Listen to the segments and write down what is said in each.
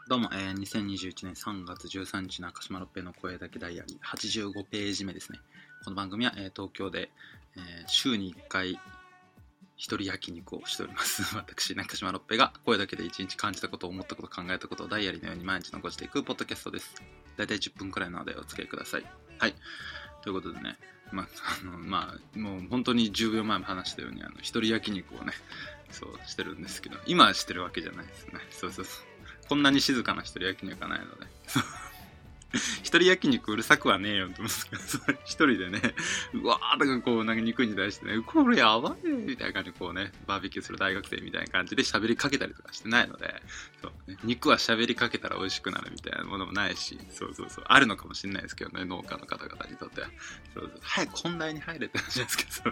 どうも、2021年3月13日中島六平の声だけダイアリー85ページ目ですね。この番組は、東京で、週に1回一人焼肉をしております私中島六平が声だけで1日感じたこと、思ったこと、考えたことをダイアリーのように毎日残していくポッドキャストです。だいたい10分くらいなのでお付き合いください。はい、ということでね、もう本当に10秒前も話したように一人焼肉をねそうしてるんですけど、今はしてるわけじゃないですね。そうこんなに静かな一人焼肉はないので一人焼肉うるさくはねえよと思うんですけど、一人でね、うわーとかこうなんか肉に対してね、これやばいねみたいな感じでこうね、バーベキューする大学生みたいな感じで喋りかけたりとかしてないので、そうね、肉は喋りかけたら美味しくなるみたいなものもないし、あるのかもしれないですけどね、農家の方々にとっては。早く本題に入れって話ですけど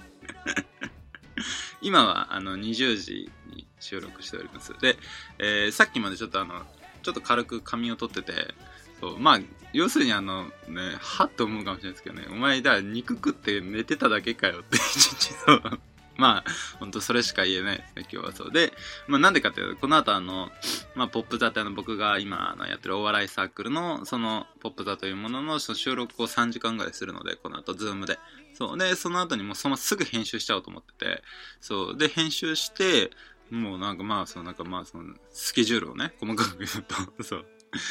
今は20時に収録しております。で、さっきまでちょっと軽く仮眠を取ってて、要するにはっと思うかもしれないですけどね、お前肉食って寝てただけかよって一日ほんとそれしか言えないですね、今日は。そうで、なんでかっていうと、この後ポップ座って僕が今やってるお笑いサークルのそのポップ座というものの収録を3時間ぐらいするので、この後ズームででその後にもうすぐ編集しちゃおうと思ってて、で編集してもうそのスケジュールをね細かく言うと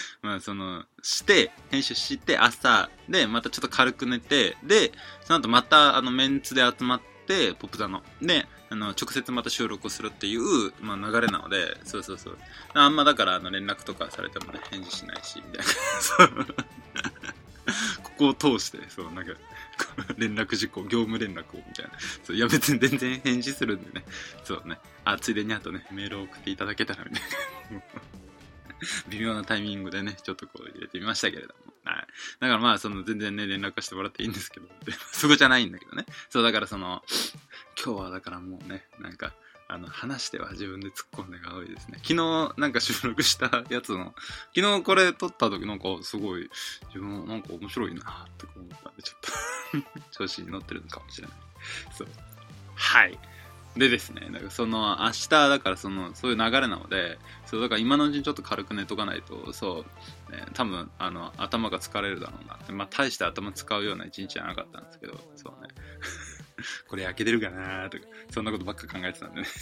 編集して朝でまたちょっと軽く寝て、でその後またメンツで集まってポップ座ので直接また収録をするっていう、流れなので、あんまだから連絡とかされてもね返事しないしみたいなここを通して連絡事項、業務連絡をみたいな、いや別に全然返事するんでね、ついでにあとねメールを送っていただけたらみたいな微妙なタイミングでねちょっとこう入れてみましたけれども、はい、だから全然ね連絡してもらっていいんですけどそこじゃないんだけどね。だから今日はだからもうね話しては自分で突っ込んでが多いですね。昨日収録したやつの昨日これ撮った時すごい自分面白いなって思ったんで、ちょっと調子に乗ってるのかもしれない。はいでですね、明日だからそういう流れなので、だから今のうちにちょっと軽く寝とかないと、多分頭が疲れるだろうなって、大して頭使うような一日じゃなかったんですけど、これ焼けてるかなとかそんなことばっか考えてたんでね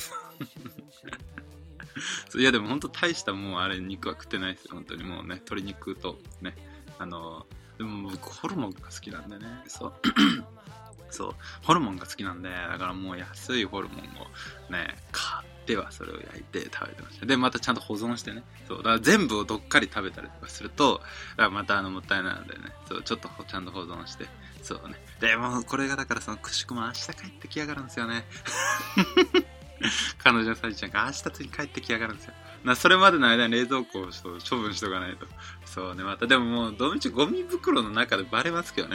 いやでも本当大したもうあれ肉は食ってないですよ、本当にもうね、鶏肉とねでも僕ホルモンが好きなんでね、ホルモンが好きなんで、だからもう安いホルモンをね買ってはそれを焼いて食べてました。でまたちゃんと保存してね、だから全部をどっかり食べたりとかするとまたもったいないのでね、ちょっとちゃんと保存して、でもこれがだからくしくも明日帰ってきやがるんですよね彼女のサジちゃんが明日次帰ってきやがるんですよ。それまでの間に冷蔵庫を処分しとかないと。またでももうどのみちゴミ袋の中でバレますけどね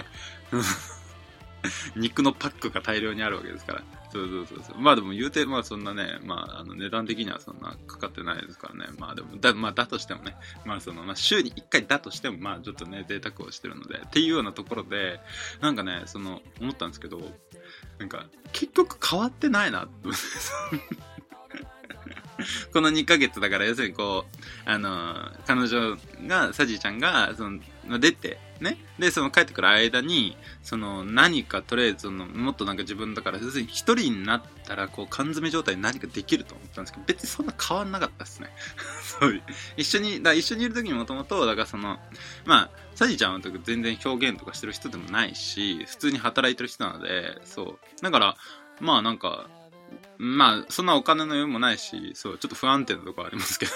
肉のパックが大量にあるわけですから。でも言うてそんなね、値段的にはそんなかかってないですからね。でもだとしてもね、週に1回だとしてもちょっとね贅沢をしてるのでっていうようなところで思ったんですけど、結局変わってないなってこの2ヶ月だから、要するに彼女がサジーちゃんが出てね、で帰ってくる間に何かとりあえずもっと自分だから要するに一人になったら缶詰状態に何かできると思ったんですけど、別にそんな変わんなかったですね一緒にいる時にもともとだからサジーちゃんは全然表現とかしてる人でもないし、普通に働いてる人なので、だからそんなお金の余裕もないし、ちょっと不安定なところありますけど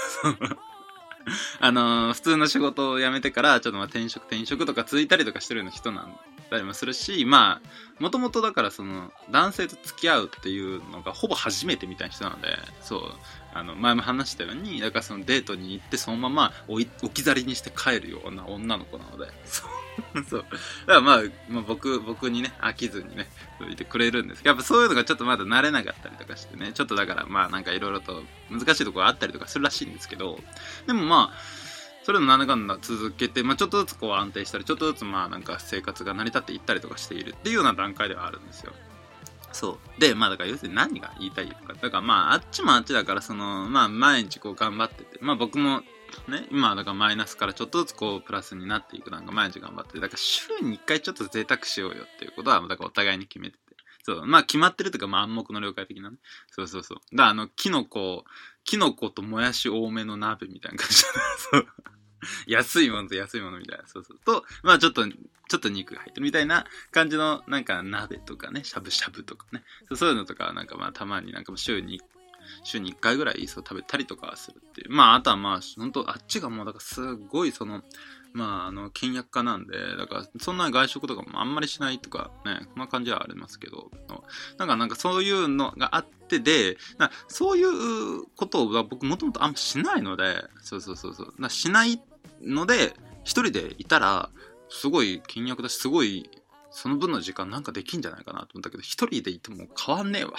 普通の仕事を辞めてからちょっと転職とか続いたりとかしてるような人なんだりもするし、もともとだから男性と付き合うっていうのがほぼ初めてみたいな人なので、前も話したように、だからデートに行ってそのまま置き去りにして帰るような女の子なので、だから僕にね飽きずにねいてくれるんですけど、やっぱそういうのがちょっとまだ慣れなかったりとかしてね、ちょっとだからいろいろと難しいところあったりとかするらしいんですけど、でもそれもなんだかんだ続けて、ちょっとずつ安定したり、ちょっとずつ生活が成り立っていったりとかしているっていうような段階ではあるんですよ。でだから要するに何が言いたいか、だからあっちもあっちだから毎日頑張ってて、僕もね、今だからマイナスからちょっとずつこうプラスになっていくなんか毎日頑張って、だから週に1回ちょっと贅沢しようよっていうことはだからお互いに決めてて、そうまあ決まってるというか、まあ暗黙の了解的なね、そうだからキノコともやし多めの鍋みたいな感じだね。そう安いものと安いものみたいな、とまあちょっと肉が入ってるみたいな感じのなんか鍋とかね、しゃぶしゃぶとかね、そういうのとかなんかまあたまになんか週に1回ぐらい食べたりとかするっていう。まあ、あとはまあ、本当あっちがもう、だからすごいまあ、倹約家なんで、だから、そんな外食とかもあんまりしないとかね、こんな感じはありますけど、なんかそういうのがあってで、そういうことを僕もともとあんましないので、しないので、一人でいたら、すごい倹約だし、すごい、その分の時間なんかできんじゃないかなと思ったけど、一人でいても変わんねえわ。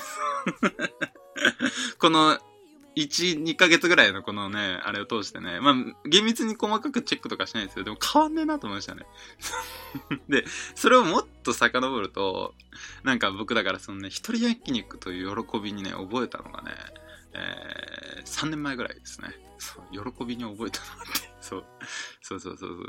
この1、2ヶ月ぐらいのこのね、あれを通してね、まあ、厳密に細かくチェックとかしないんですけど、でも変わんねえなと思いましたね。で、それをもっと遡ると、なんか僕だからそのね、一人焼肉という喜びにね、覚えたのがね、3年前ぐらいですね。そう、喜びに覚えたのって。そう。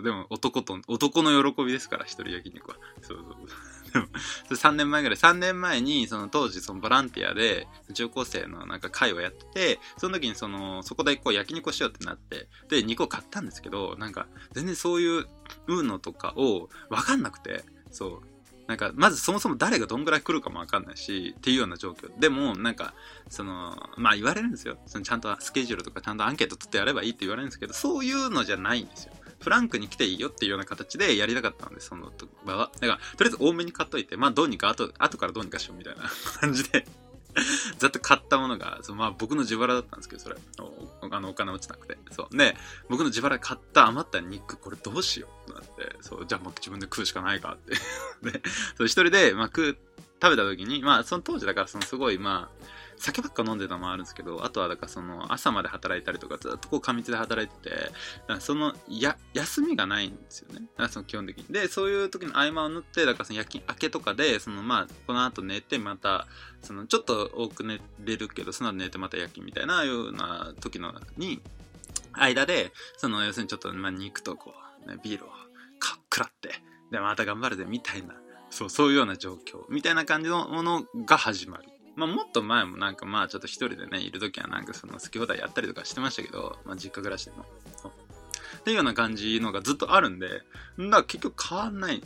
でも男の喜びですから、一人焼肉は。でも、3年前ぐらい、3年前に、当時、ボランティアで、中高生のなんか会をやってて、その時にそこでこう焼肉をしようってなって、で、肉を買ったんですけど、なんか、全然そういうのとかを分かんなくて、そう。なんか、まずそもそも誰がどんぐらい来るかもわかんないし、っていうような状況。でも、なんか、まあ言われるんですよ。ちゃんとスケジュールとかちゃんとアンケート取ってやればいいって言われるんですけど、そういうのじゃないんですよ。フランクに来ていいよっていうような形でやりたかったので、その場は。だから、とりあえず多めに買っといて、まあどうにか後からどうにかしようみたいな感じでざっと買ったものが、まあ僕の自腹だったんですけど、それ。お金落ちなくて。そう。で、僕の自腹で買った余った肉、これどうしようってなって、そう、じゃあもう自分で食うしかないかってで、そう、一人で、まあ食べた時に、まあその当時だからすごい、まあ、酒ばっか飲んでたのもあるんですけど、あとはだから朝まで働いたりとか、ずっとこう過密で働いてて、だから休みがないんですよね。だから基本的に。で、そういう時の合間を縫って、だから夜勤明けとかで、まあ、この後寝てまた、ちょっと多く寝れるけど、その後寝てまた夜勤みたいなような時の間で、要するにちょっと、まあ、肉とこう、ね、ビールを食らって、で、また頑張るぜ、みたいな、そういうような状況、みたいな感じのものが始まる。まあ、もっと前もなんかまあちょっと一人でねいるときはなんか好き放題やったりとかしてましたけど、まあ実家暮らしでもっていうような感じのがずっとあるんで、だから結局変わんない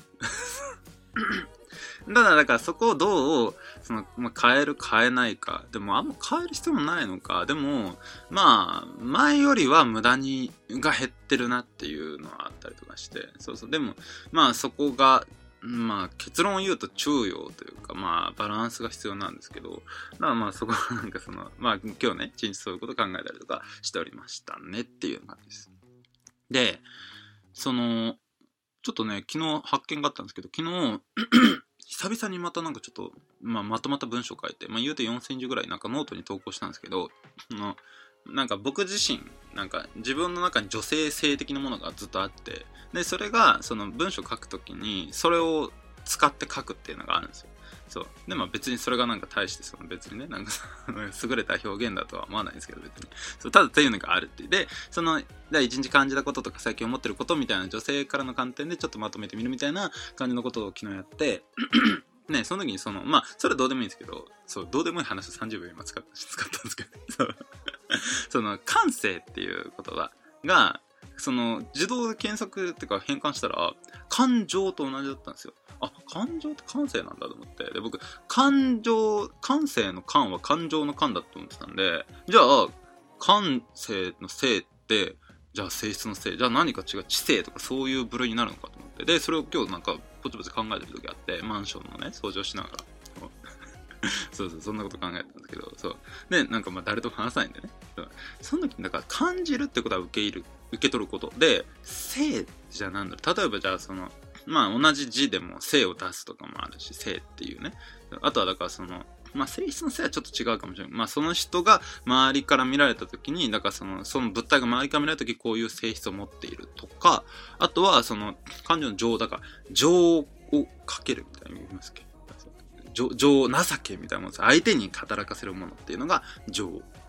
だからそこをどうまあ、変える変えないか、でもあんま変える必要もないのか、でもまあ前よりは無駄にが減ってるなっていうのはあったりとかして、でもまあそこがまあ結論を言うと中庸というか、まあバランスが必要なんですけど、だからまあそこはなんかまあ今日ね、一日そういうことを考えたりとかしておりましたねっていう感じです。で、ちょっとね、昨日発見があったんですけど、昨日、久々にまたなんかちょっと、まあまとまった文章書いて、まあ言うと4,000字ぐらいなんかノートに投稿したんですけど、なんか僕自身、なんか自分の中に女性性的なものがずっとあって、で、それが文章書くときに、それを使って書くっていうのがあるんですよ。そう。で、まあ別にそれがなんか大して別にね、なんか優れた表現だとは思わないんですけど、別に。そう、ただっていうのがあるっていう。で、一日感じたこととか最近思ってることみたいな女性からの観点でちょっとまとめてみるみたいな感じのことを昨日やって、ね、その時にまあ、それはどうでもいいんですけど、そう、どうでもいい話を30秒今使ったんですけど、感性っていう言葉が、自動で検索っていうか変換したら、感情と同じだったんですよ。あ、感情って感性なんだと思って。で、僕、感性の感は感情の感だと思ってたんで、じゃあ、感性の性って、じゃあ性質の性、じゃあ何か違う知性とかそういう部類になるのかと思って。で、それを今日なんか、ぼちぼち考えてる時あって、マンションのね、掃除をしながら。そんなこと考えたんですけど、で、なんかまあ誰とも話さないんでね。その時に、だから感じるってことは受け取ることで、性じゃなんだろう。例えばじゃあまあ同じ字でも性を出すとかもあるし、性っていうね。あとはだからまあ性質の性はちょっと違うかもしれない。まあその人が周りから見られた時に、だからその物体が周りから見られた時こういう性質を持っているとか、あとは感情の情だから、情をかけるみたいに言いますけど。情、情けみたいなものです。相手に働かせるものっていうのが情。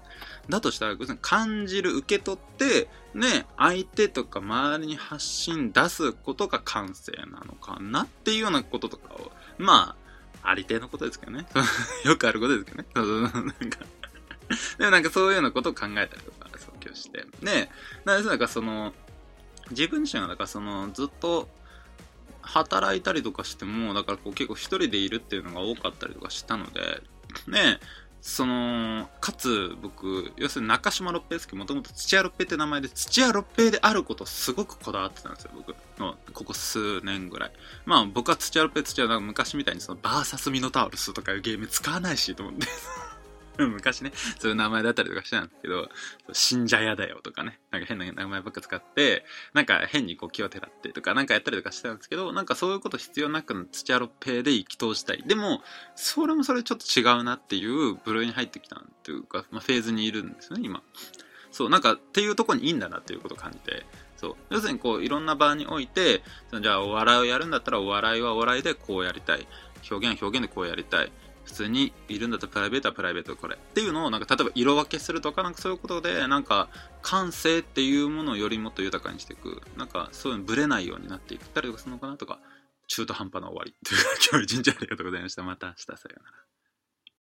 だとしたら、感じる、受け取って、ね、相手とか周りに発信出すことが感性なのかなっていうようなこととかを、まあ、ありていのことですけどね。よくあることですけどね。なんかでもなんかそういうようなことを考えたりとか、そう今日して。で、なんかその、自分自身が、だからその、ずっと、働いたりとかしても、だからこう結構一人でいるっていうのが多かったりとかしたので、ね、その、かつ僕、要するに中島六平介、もともと土屋六平って名前で、土屋六平であることをすごくこだわってたんですよ、僕の、ここ数年ぐらい。まあ僕は土屋六平、土屋、なんか昔みたいにその、バーサスミノタウルスとかいうゲーム使わないし、と思って。昔ね、そういう名前だったりとかしてたんですけど、信者屋だよとかね、なんか変な名前ばっか使って、なんか変にこう気をてらってとか、なんかやったりとかしてたんですけど、なんかそういうこと必要なく土屋ロッペで生き通したい。でも、それもそれちょっと違うなっていう部類に入ってきたっていうか、まあ、フェーズにいるんですよね、今。そう、なんかっていうところにいいんだなっていうことを感じて、そう。要するにこう、いろんな場において、じゃあお笑いをやるんだったらお笑いはお笑いでこうやりたい。表現は表現でこうやりたい。普通にいるんだったらプライベートはプライベートでこれっていうのをなんか例えば色分けするとかなんかそういうことでなんか感性っていうものをよりもっと豊かにしていくなんかそういうのブレないようになっていったりとかするのかなとか中途半端な終わりという今日一日ありがとうございました。また明日さようなら。